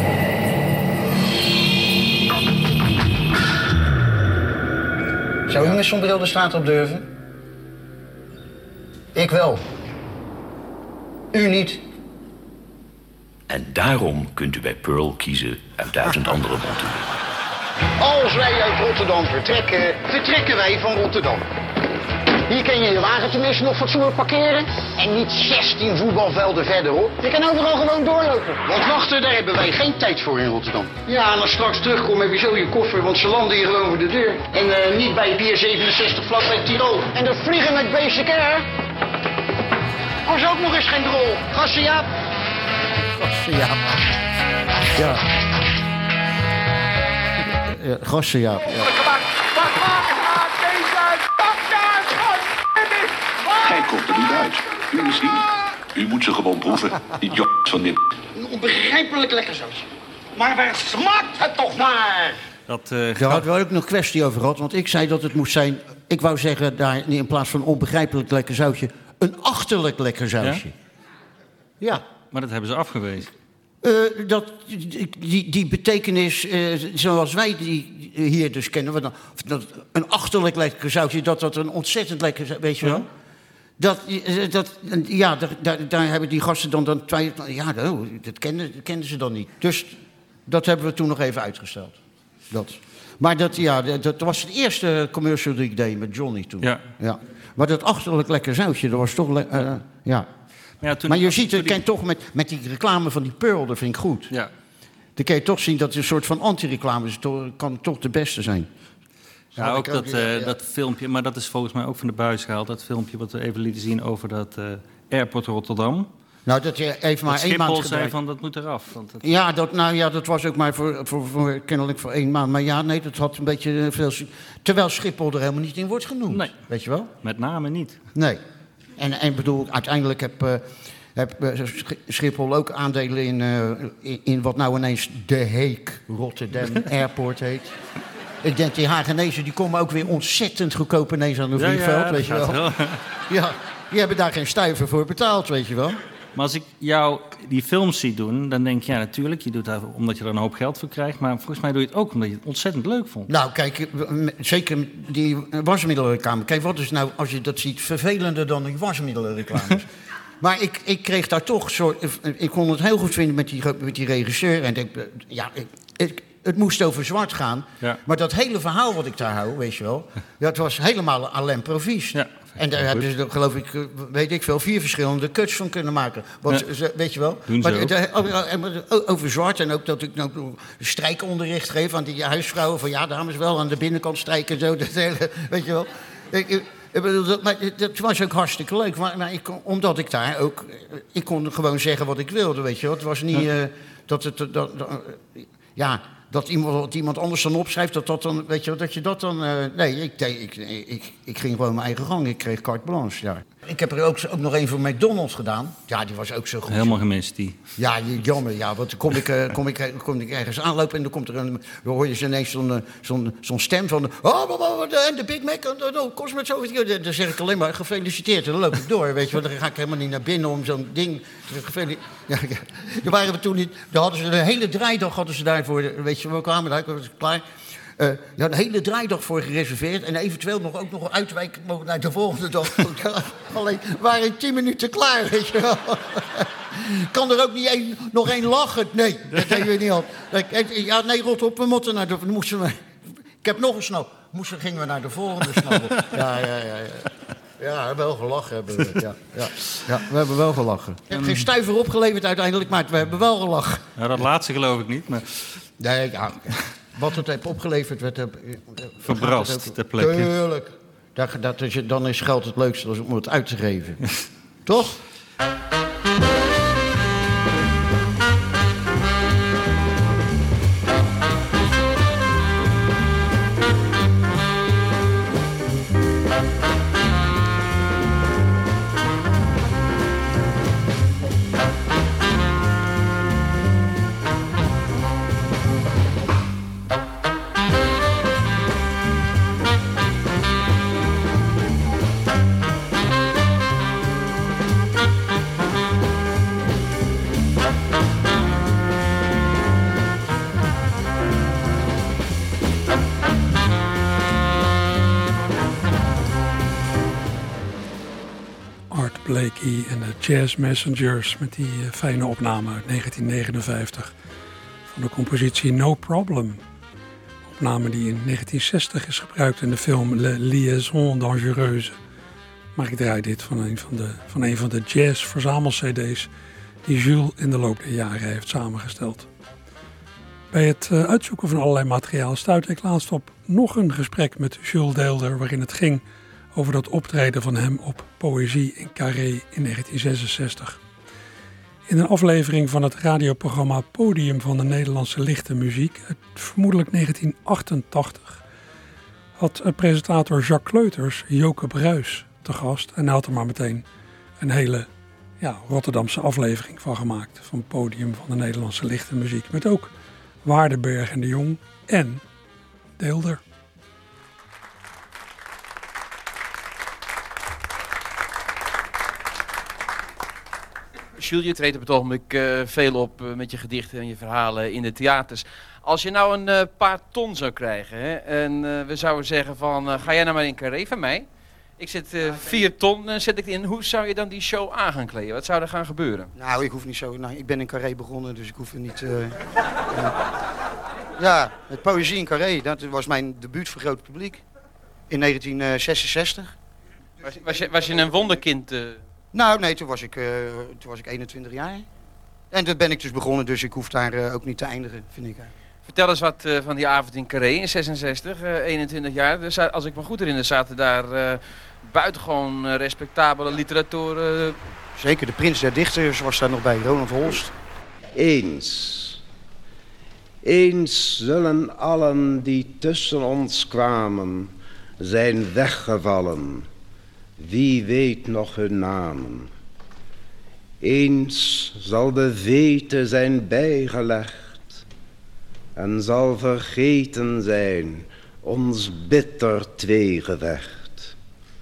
Zou u met zo'n bril de straat op durven? Ik wel. U niet. En daarom kunt u bij Pearl kiezen uit duizend andere monturen. Als wij uit Rotterdam vertrekken, vertrekken wij van Rotterdam. Hier kan je je wagen tenminste nog fatsoenlijk parkeren. En niet zestien voetbalvelden verderop. Je kan overal gewoon doorlopen. Want wachten, daar hebben wij geen tijd voor in Rotterdam. Ja, en als straks terugkom heb je zo je koffer, want ze landen hier gewoon voor de deur. En uh, niet bij Pier zevenenzestig vlakbij Tirol. En dat vliegen met Basic Air was ook nog eens geen drol. Gassen Jaap. Gassen Jaap. Ja. Ja, Gassen Jaap. Ja. Gij komt er niet uit. U misschien. U moet ze gewoon proeven. Die j*** van dit. Een onbegrijpelijk lekker saus. Maar waar smaakt het toch naar? Dat, uh, Daar hadden we ook nog kwestie over gehad. Want ik zei dat het moest zijn... Ik wou zeggen, daar in plaats van onbegrijpelijk lekker sausje... een achterlijk lekker sausje. Ja? Ja. Maar dat hebben ze afgewezen. Uh, dat, die, die betekenis, uh, zoals wij die hier dus kennen... Wat dan, dat een achterlijk lekker sausje, dat dat een ontzettend lekker... Weet je wel? Ja. Dat, dat, ja, daar, daar, daar hebben die gasten dan... dan twijfel, ja, dat kenden, dat kenden ze dan niet. Dus dat hebben we toen nog even uitgesteld. Dat. Maar dat, ja, dat, dat was het eerste commercial die ik deed met Johnny toen. Ja. Ja. Maar dat achterlijk lekker sausje, dat was toch... Le- uh, ja. Ja, maar je ziet, het die... toch met, met die reclame van die Pearl, dat vind ik goed. Ja. Dan kan je toch zien dat het een soort van anti-reclame is. Het kan toch de beste zijn. Ja, ook ik dat, ook, ja, uh, ja. dat filmpje, maar dat is volgens mij ook van de buis gehaald. Dat filmpje wat we even lieten zien over dat uh, airport Rotterdam. Nou, dat je even maar dat één maand Schiphol zei gebruikt. van dat moet eraf. Want dat... Ja, dat, nou ja, dat was ook maar voor, voor, voor, kennelijk voor één maand. Maar ja, nee, dat had een beetje veel... Terwijl Schiphol er helemaal niet in wordt genoemd. Nee. Weet je wel? Met name niet. Nee. En ik bedoel, uiteindelijk heb, uh, heb uh, Schiphol ook aandelen in, uh, in, in wat nou ineens de Heek Rotterdam Airport heet. Ik denk, die Hagenezen die komen ook weer ontzettend goedkoop ineens aan een Ja, vliegveld, ja, weet je dat wel. gaat wel. Ja, die hebben daar geen stuiver voor betaald, weet je wel. Maar als ik jou die films zie doen, dan denk je, ja natuurlijk, je doet dat omdat je er een hoop geld voor krijgt. Maar volgens mij doe je het ook omdat je het ontzettend leuk vond. Nou, kijk, zeker die wasmiddelenreclame. Kijk, wat is nou, als je dat ziet, vervelender dan die wasmiddelenreclames. Maar ik, ik kreeg daar toch soort... Ik kon het heel goed vinden met die, met die regisseur. En ik, ja, ik, ik, het moest over zwart gaan. Ja. Maar dat hele verhaal wat ik daar hou, weet je wel... Dat was helemaal à l'improvies. Ja. En daar hebben ze, geloof ik, weet ik veel, vier verschillende cuts van kunnen maken. Want, Ja. ze, weet je wel? Doen ze maar, ook. de, over zwart en ook dat ik nou strijkonderricht geef aan die huisvrouwen. Van ja, dames, wel aan de binnenkant strijken en zo. Dat hele, weet je wel? Ik, ik, ik bedoel, dat, maar dat was ook hartstikke leuk. Maar, maar ik, omdat ik daar ook... Ik kon gewoon zeggen wat ik wilde, weet je wel? Het was niet uh, dat het... Dat, dat, ja... Dat iemand, dat iemand anders dan opschrijft, dat, dat, dan, weet je, dat je dat dan... Uh, nee, ik, ik, ik, ik ging gewoon mijn eigen gang. Ik kreeg carte blanche, ja. Ik heb er ook, ook nog een voor McDonald's gedaan. Ja, die was ook zo goed. Helemaal gemist, die. Ja, jammer, ja. Want dan kom ik, uh, kom ik, kom ik ergens aanlopen en dan, komt er een, dan hoor je ineens zo'n uh, zo'n zo'n stem van... Oh, en de Big Mac, oh, kost me zo. Dan zeg ik alleen maar gefeliciteerd en dan loop ik door, weet je. Want dan ga ik helemaal niet naar binnen om zo'n ding... Ja, ja. Daar waren we toen niet... Daar hadden ze de hele draaidag hadden ze daarvoor... Weet je, we kwamen daar, was klaar... Uh, je had een hele draaidag voor gereserveerd... en eventueel nog ook nog uitwijken mogen naar de volgende dag. Alleen, we waren in tien minuten klaar, weet je wel. Kan er ook niet een, nog één lachen? Nee, dat deden we niet al. Ja, nee, rot op, we moeten naar de... Moesten we, ik heb nog een snel. Moesten, gingen we naar de volgende snel. Ja, ja, ja, ja. Ja, wel gelachen hebben we. Ja, ja, ja, we hebben wel gelachen. Ik heb geen stuiver opgeleverd uiteindelijk, maar we hebben wel gelachen. Ja, dat laatste geloof ik niet, maar... Nee, ja... Wat het heeft opgeleverd werd... Heb, Verbrast ter plekke. Tuurlijk. Dat, dat is, dan is geld het leukste om het uit te geven. Toch? Blakey en de Jazz Messengers met die uh, fijne opname uit negentien negenenvijftig van de compositie No Problem. Opname die in negentien zestig is gebruikt in de film Le Liaison Dangereuse. Maar ik draai dit van een van de, van een van de jazz verzamel-cd's die Jules in de loop der jaren heeft samengesteld. Bij het uh, uitzoeken van allerlei materiaal stuitte ik laatst op nog een gesprek met Jules Deelder waarin het ging over dat optreden van hem op Poëzie in Carré in negentien zesenzestig. In een aflevering van het radioprogramma Podium van de Nederlandse Lichte Muziek uit vermoedelijk negentien achtentachtig had presentator Jacques Kleuters Joke Bruis te gast en hij had er maar meteen een hele ja, Rotterdamse aflevering van gemaakt van Podium van de Nederlandse Lichte Muziek met ook Waardenberg en de Jong en Deelder. Jules, je treedt op het ogenblik uh, veel op uh, met je gedichten en je verhalen in de theaters. Als je nou een uh, paar ton zou krijgen, hè, en uh, we zouden zeggen van, uh, ga jij nou maar in Carré van mij? Ik zet uh, vier ton uh, zet ik in. Hoe zou je dan die show aan gaan kleden? Wat zou er gaan gebeuren? Nou, ik hoef niet zo. Nou, ik ben in Carré begonnen, dus ik hoef er niet. Uh, uh, ja, het Poëzie in Carré, dat was mijn debuut voor groot publiek in negentien zesenzestig. Was, was, je, was je een wonderkind? Uh... Nou, nee, toen was ik, uh, toen was ik eenentwintig jaar. En toen ben ik dus begonnen, dus ik hoef daar uh, ook niet te eindigen, vind ik. Vertel eens wat uh, van die avond in Carré in zesenzestig, uh, eenentwintig jaar. Dus, als ik me goed herinner, zaten daar uh, buitengewoon uh, respectabele literaturen. Uh... Zeker, de prins der dichters was daar nog bij, Ronald Holst. Eens, eens zullen allen die tussen ons kwamen, zijn weggevallen. Wie weet nog hun namen. Eens zal de vete zijn bijgelegd en zal vergeten zijn ons bitter tweegevecht.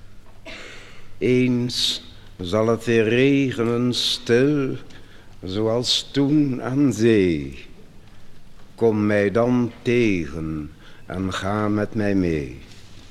Eens zal het weer regenen stil, zoals toen aan zee. Kom mij dan tegen en ga met mij mee.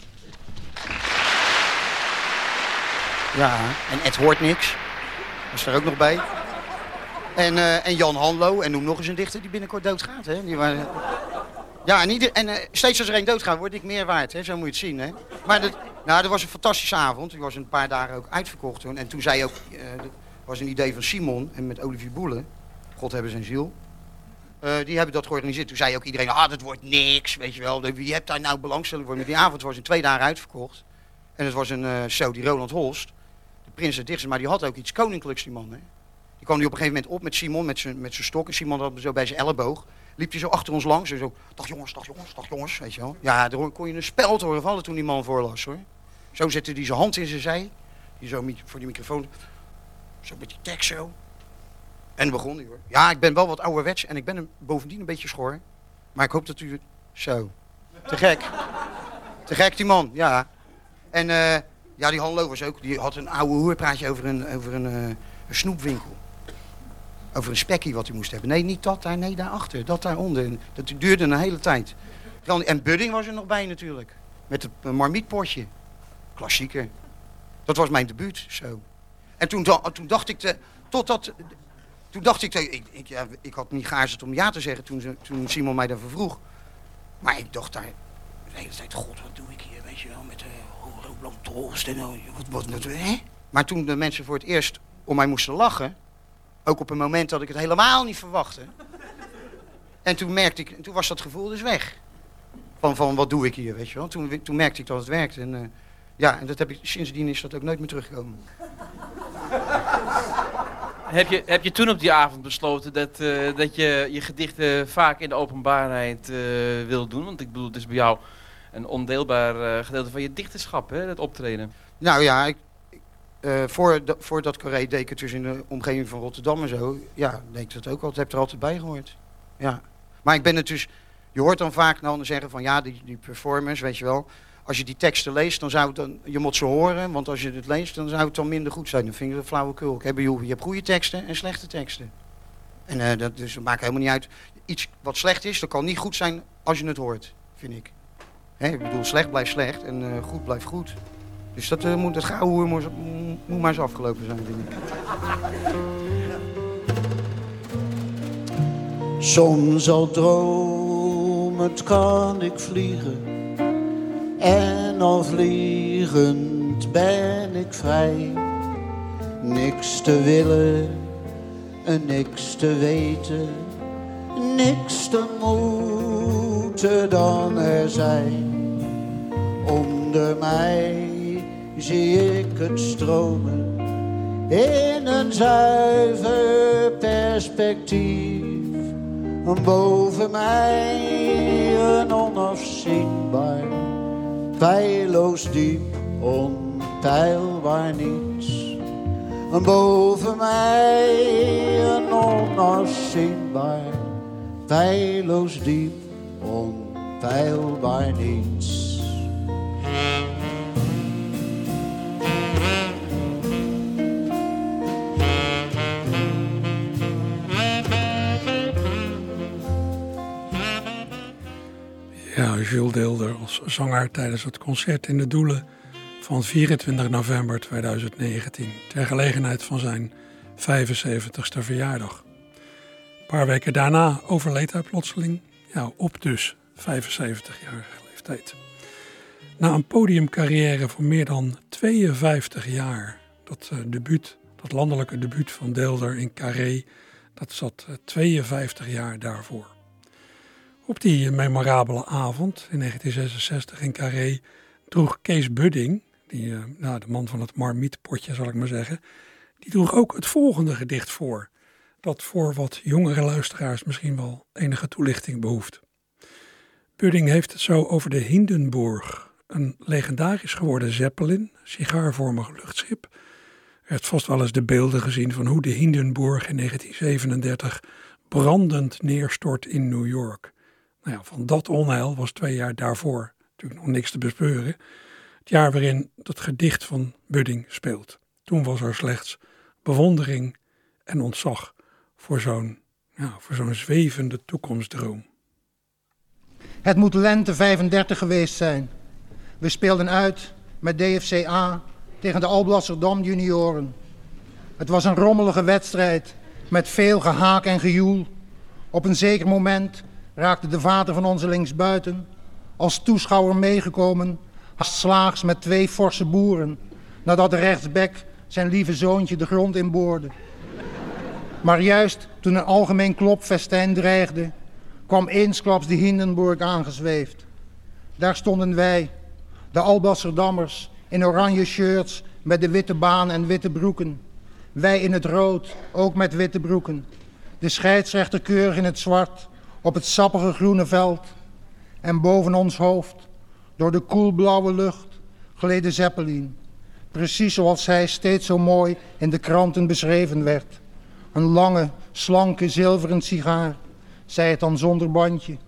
Ja, en Ed Hoort Niks was er ook nog bij. En, uh, en Jan Hanlo, en noem nog eens een dichter die binnenkort doodgaat. Hè? Die waren... Ja, en, ieder... en uh, steeds als er een doodgaat, word ik meer waard. Hè? Zo moet je het zien. Hè? Maar dat, nou, dat was een fantastische avond. Die was een paar dagen ook uitverkocht. Toen. En toen zei ook, uh, dat was een idee van Simon en met Olivier Boele. God hebben zijn ziel. Uh, die hebben dat georganiseerd. Toen zei ook iedereen, ah, dat wordt niks, weet je wel. Wie hebt daar nou belangstelling voor? Maar die avond was in twee dagen uitverkocht. En het was een uh, show, die Roland Holst, de prins der dichters, maar die had ook iets koninklijks, die man. Hè? Die kwam die op een gegeven moment op met Simon, met zijn met zijn stok. En Simon had hem zo bij zijn elleboog. Liep hij zo achter ons langs. Zo, dag jongens, dag jongens, dag jongens, weet je wel. Ja, daar kon je een speld horen vallen toen die man voorlas, hoor. Zo zette hij zijn hand in zijn zij. Die zo voor die microfoon. Zo met die tekst zo. En begon hij, hoor. Ja, ik ben wel wat ouderwets en ik ben een, bovendien een beetje schor. Maar ik hoop dat u... Zo. Te gek. Te gek, die man, ja. En uh, ja, die Hanlo was ook, die had een oude hoerpraatje over een, over een, uh, een snoepwinkel. Over een spekkie wat hij moest hebben. Nee, niet dat daar, nee, daarachter, dat daaronder. En dat duurde een hele tijd. En Budding was er nog bij natuurlijk. Met het uh, marmietpotje. Klassieker. Dat was mijn debuut, zo. En toen, toen dacht ik, te, totdat... Toen dacht ik, ik, ik, ja, ik had niet geaarzeld om ja te zeggen toen, ze, toen Simon mij daarvoor vroeg. Maar ik dacht daar de hele tijd, god, wat doe ik hier, weet je wel, met de uh, Roland Holst en wat, wat, wat, hè? Maar toen de mensen voor het eerst om mij moesten lachen, ook op een moment dat ik het helemaal niet verwachtte. En toen merkte ik, toen was dat gevoel dus weg. Van, van wat doe ik hier, weet je wel. Toen, toen merkte ik dat het werkte. En uh, ja, en dat heb ik, sindsdien is dat ook nooit meer teruggekomen. Heb je, heb je toen op die avond besloten dat, uh, dat je je gedichten vaak in de openbaarheid uh, wil doen? Want ik bedoel, het is bij jou een ondeelbaar uh, gedeelte van je dichterschap, hè, het optreden. Nou ja, ik, uh, voor, de, voor dat Carré deed ik het dus in de omgeving van Rotterdam en zo. Ja, deed ik dat ook altijd, heb er altijd bij gehoord. Ja. Maar ik ben het dus, je hoort dan vaak nou zeggen van ja, die, die performance, weet je wel. Als je die teksten leest, dan zou het dan, je moet ze horen, want als je het leest, dan zou het dan minder goed zijn. Dan vind ik het flauwekul. Ik heb, je hebt goede teksten en slechte teksten. En uh, dat, dus dat maakt helemaal niet uit. Iets wat slecht is, dat kan niet goed zijn als je het hoort, vind ik. Hè, ik bedoel, slecht blijft slecht en uh, goed blijft goed. Dus dat, uh, moet, dat gauw moet, moet maar eens afgelopen zijn, vind ik. Soms al dromend kan ik vliegen. En al vliegend ben ik vrij. Niks te willen en niks te weten. Niks te moeten dan er zijn. Onder mij zie ik het stromen. In een zuiver perspectief. Boven mij een onafzienbaar, peilloos diep, onpeilbaar niets. Boven mij een onafzienbaar, peilloos diep, onpeilbaar niets. Ja, Jules Deelder als zanger tijdens het concert in de Doelen van vierentwintig november tweeduizend negentien, ter gelegenheid van zijn vijfenzeventigste verjaardag. Een paar weken daarna overleed hij plotseling, ja, op dus vijfenzeventigjarige leeftijd. Na een podiumcarrière van meer dan tweeënvijftig jaar, dat uh, debuut, dat landelijke debuut van Deelder in Carré, dat zat uh, tweeënvijftig jaar daarvoor. Op die memorabele avond in negentien zesenzestig in Carré droeg Kees Budding, die, uh, nou, de man van het marmietpotje zal ik maar zeggen, die droeg ook het volgende gedicht voor, dat voor wat jongere luisteraars misschien wel enige toelichting behoeft. Budding heeft het zo over de Hindenburg, een legendarisch geworden zeppelin, sigaarvormig luchtschip. U heeft vast wel eens de beelden gezien van hoe de Hindenburg in negentien zevenendertig brandend neerstort in New York. Nou ja, van dat onheil was twee jaar daarvoor natuurlijk nog niks te bespeuren. Het jaar waarin het gedicht van Budding speelt. Toen was er slechts bewondering en ontzag voor zo'n ja, voor zo'n zwevende toekomstdroom. Het moet lente vijfendertig geweest zijn. We speelden uit met D F C A tegen de Alblasserdam junioren. Het was een rommelige wedstrijd met veel gehaak en gejoel. Op een zeker moment raakte de vader van onze linksbuiten, als toeschouwer meegekomen, haast slaags met twee forse boeren, nadat de rechtsback zijn lieve zoontje de grond inboorde. Maar juist toen een algemeen klopfestijn dreigde, kwam eensklaps de Hindenburg aangezweefd. Daar stonden wij, de Alblasserdammers, in oranje shirts met de witte baan en witte broeken. Wij in het rood, ook met witte broeken. De scheidsrechter keurig in het zwart, op het sappige groene veld. En boven ons hoofd, door de koelblauwe lucht, gleed de Zeppelin. Precies zoals hij steeds zo mooi in de kranten beschreven werd. Een lange, slanke, zilveren sigaar, zei het dan zonder bandje.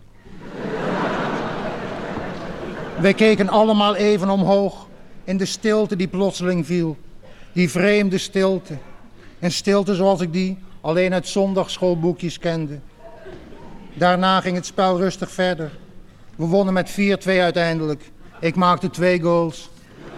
Wij keken allemaal even omhoog in de stilte die plotseling viel. Die vreemde stilte. Een stilte zoals ik die alleen uit zondagsschoolboekjes kende. Daarna ging het spel rustig verder. We wonnen met vier twee uiteindelijk. Ik maakte twee goals.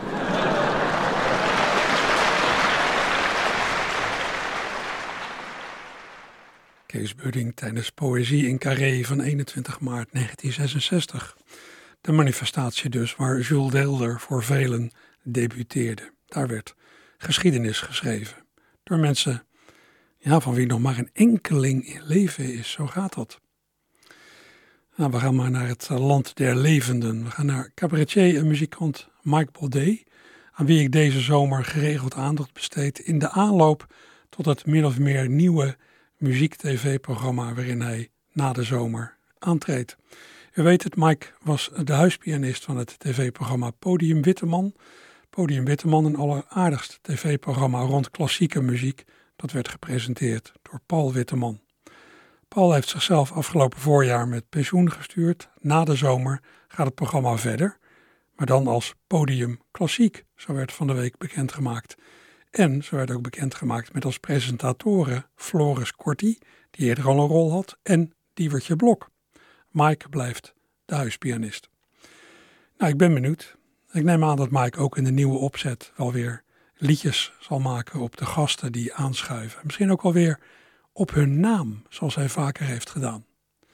Kees Budding tijdens Poëzie in Carré van eenentwintig maart negentien zesenzestig. De manifestatie dus waar Jules Deelder voor velen debuteerde. Daar werd geschiedenis geschreven door mensen ja, van wie nog maar een enkeling in leven is. Zo gaat dat. Nou, we gaan maar naar het land der levenden. We gaan naar cabaretier en muzikant Mike Baudet, aan wie ik deze zomer geregeld aandacht besteed in de aanloop tot het min of meer nieuwe muziek-tv-programma waarin hij na de zomer aantreedt. U weet het, Mike was de huispianist van het tv-programma Podium Witteman. Podium Witteman, een alleraardigst tv-programma rond klassieke muziek. Dat werd gepresenteerd door Paul Witteman. Paul heeft zichzelf afgelopen voorjaar met pensioen gestuurd. Na de zomer gaat het programma verder, maar dan als Podium Klassiek. Zo werd van de week bekendgemaakt. En zo werd ook bekendgemaakt met als presentatoren Floris Corti, die eerder al een rol had, en Diewertje Blok. Mike blijft de huispianist. Nou, ik ben benieuwd. Ik neem aan dat Mike ook in de nieuwe opzet wel weer liedjes zal maken op de gasten die aanschuiven. Misschien ook alweer op hun naam, zoals hij vaker heeft gedaan.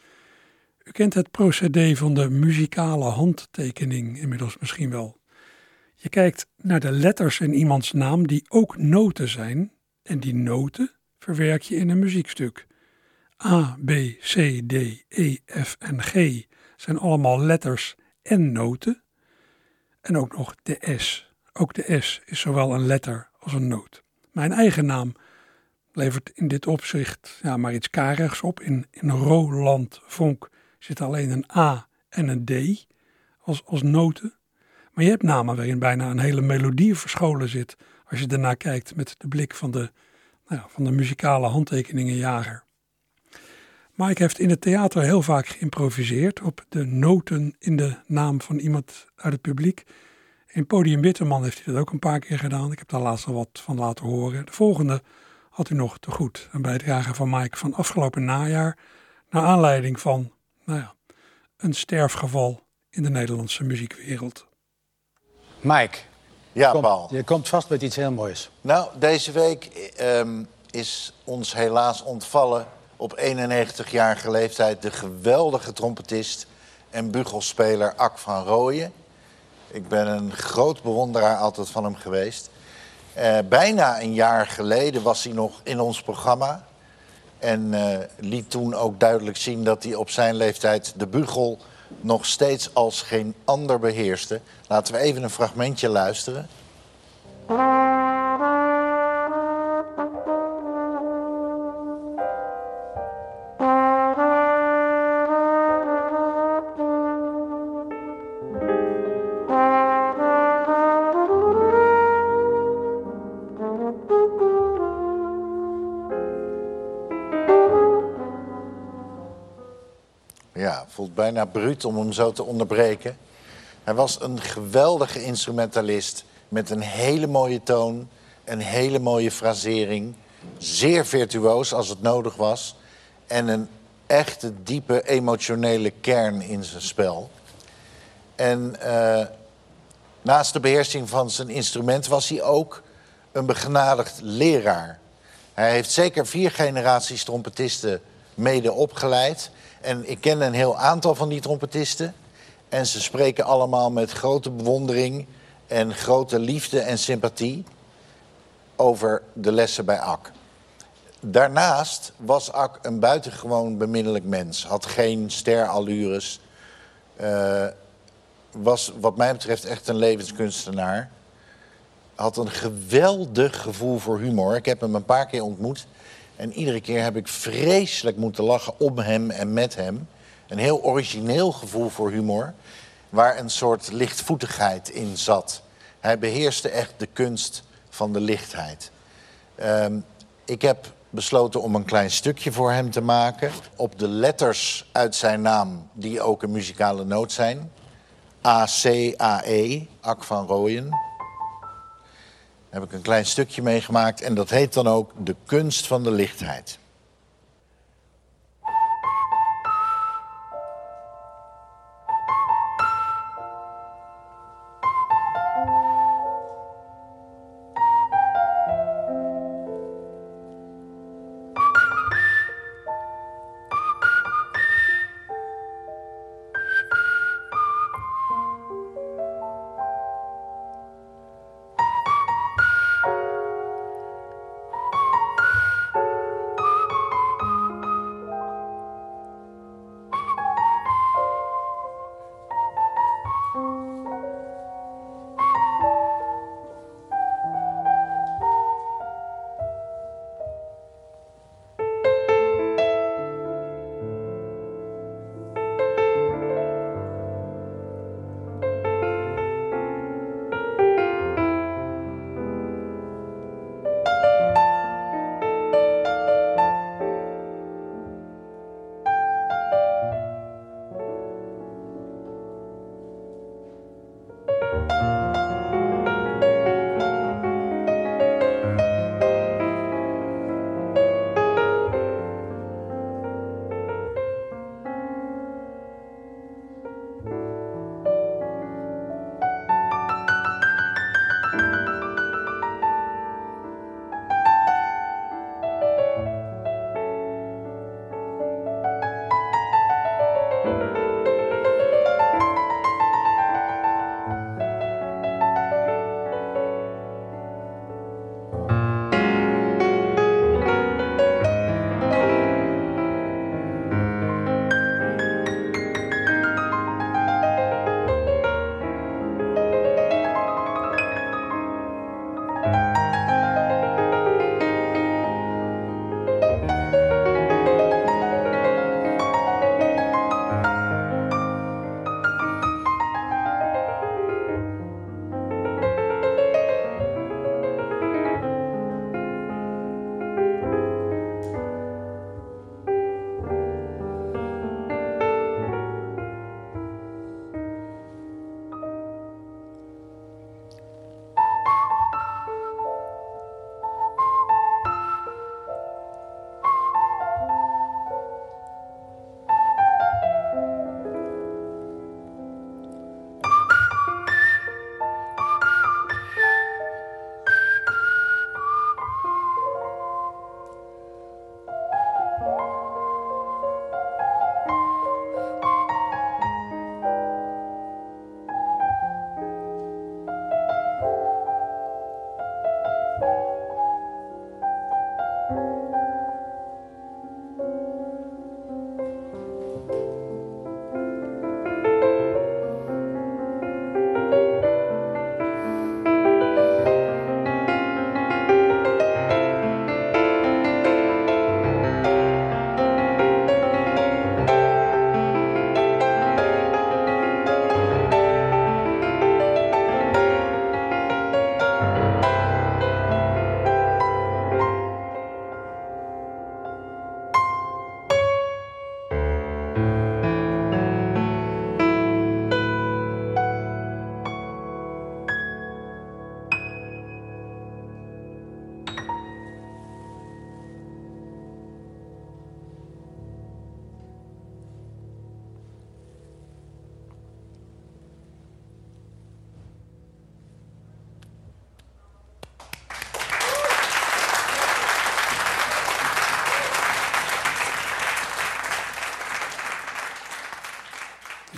U kent het procedé van de muzikale handtekening inmiddels misschien wel. Je kijkt naar de letters in iemands naam die ook noten zijn en die noten verwerk je in een muziekstuk. A, B, C, D, E, F en G zijn allemaal letters en noten. En ook nog de S. Ook de S is zowel een letter als een noot. Mijn eigen naam levert in dit opzicht ja, maar iets karigs op. In, in Roland Vonk zit alleen een A en een D als, als noten. Maar je hebt namen waarin bijna een hele melodie verscholen zit als je ernaar kijkt met de blik van de, nou ja, van de muzikale handtekeningenjager. Mike heeft in het theater heel vaak geïmproviseerd op de noten in de naam van iemand uit het publiek. In Podium Witteman heeft hij dat ook een paar keer gedaan. Ik heb daar laatst al wat van laten horen. De volgende had u nog te goed. Een bijdrage van Mike van afgelopen najaar. Naar aanleiding van nou ja, een sterfgeval in de Nederlandse muziekwereld. Mike. Ja, komt, Paul. Je komt vast met iets heel moois. Nou, deze week um, is ons helaas ontvallen op eenennegentigjarige leeftijd de geweldige trompetist en bugelspeler Ak van Rooyen. Ik ben een groot bewonderaar altijd van hem geweest. Uh, bijna een jaar geleden was hij nog in ons programma. En uh, liet toen ook duidelijk zien dat hij op zijn leeftijd de bugel nog steeds als geen ander beheerste. Laten we even een fragmentje luisteren. Ja, voelt bijna bruut om hem zo te onderbreken. Hij was een geweldige instrumentalist met een hele mooie toon, een hele mooie frasering, zeer virtuoos als het nodig was en een echte diepe emotionele kern in zijn spel. En uh, naast de beheersing van zijn instrument was hij ook een begenadigd leraar. Hij heeft zeker vier generaties trompetisten mede opgeleid. En ik ken een heel aantal van die trompetisten. En ze spreken allemaal met grote bewondering en grote liefde en sympathie over de lessen bij Ak. Daarnaast was Ak een buitengewoon beminnelijk mens. Had geen sterallures. Uh, was wat mij betreft echt een levenskunstenaar. Had een geweldig gevoel voor humor. Ik heb hem een paar keer ontmoet. En iedere keer heb ik vreselijk moeten lachen om hem en met hem. Een heel origineel gevoel voor humor, waar een soort lichtvoetigheid in zat. Hij beheerste echt de kunst van de lichtheid. Um, ik heb besloten om een klein stukje voor hem te maken. Op de letters uit zijn naam, die ook een muzikale noot zijn. A C A E, Ak van Rooyen. Daar heb ik een klein stukje meegemaakt en dat heet dan ook De Kunst van de Lichtheid.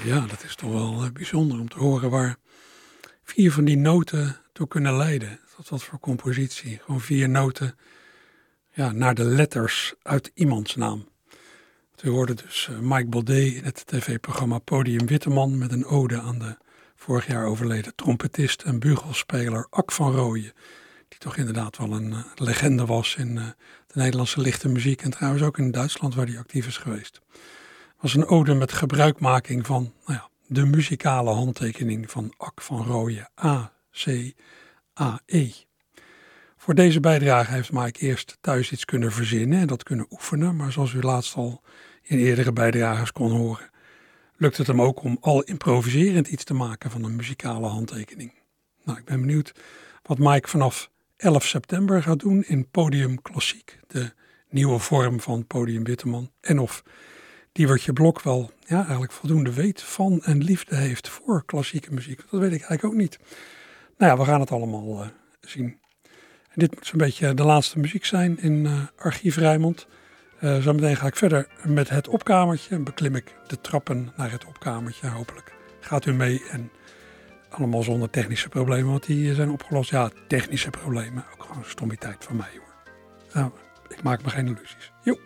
Ja, dat is toch wel uh, bijzonder om te horen waar vier van die noten toe kunnen leiden. Tot wat voor compositie. Gewoon vier noten ja, naar de letters uit iemands naam. U hoorde dus uh, Mike Baudet in het tv-programma Podium Witteman met een ode aan de vorig jaar overleden trompetist en bugelspeler Ak van Rooyen. Die toch inderdaad wel een uh, legende was in uh, de Nederlandse lichte muziek en trouwens ook in Duitsland waar hij actief is geweest. Het was een ode met gebruikmaking van nou ja, de muzikale handtekening van Ak van Rooyen, A C A E. Voor deze bijdrage heeft Mike eerst thuis iets kunnen verzinnen en dat kunnen oefenen, maar zoals u laatst al in eerdere bijdragers kon horen, lukt het hem ook om al improviserend iets te maken van een muzikale handtekening. Nou, ik ben benieuwd wat Mike vanaf elf september gaat doen in Podium Klassiek, de nieuwe vorm van Podium Witteman. En of Diewertje Blok wel ja, eigenlijk voldoende weet van en liefde heeft voor klassieke muziek. Dat weet ik eigenlijk ook niet. Nou ja, we gaan het allemaal uh, zien. En dit moet zo'n beetje de laatste muziek zijn in uh, Archief Rijnmond. Uh, zometeen ga ik verder met het opkamertje en beklim ik de trappen naar het opkamertje. Hopelijk gaat u mee en allemaal zonder technische problemen, want die zijn opgelost. Ja, technische problemen, ook gewoon stommiteit van mij hoor. Nou, ik maak me geen illusies. Jo.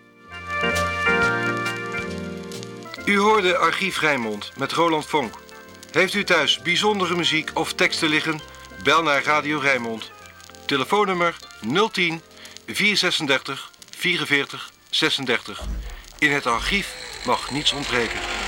U hoorde Archief Rijnmond met Roland Vonk. Heeft u thuis bijzondere muziek of teksten liggen? Bel naar Radio Rijnmond. Telefoonnummer nul tien, vierhonderdzesendertig, vierenveertig, zesendertig. In het archief mag niets ontbreken.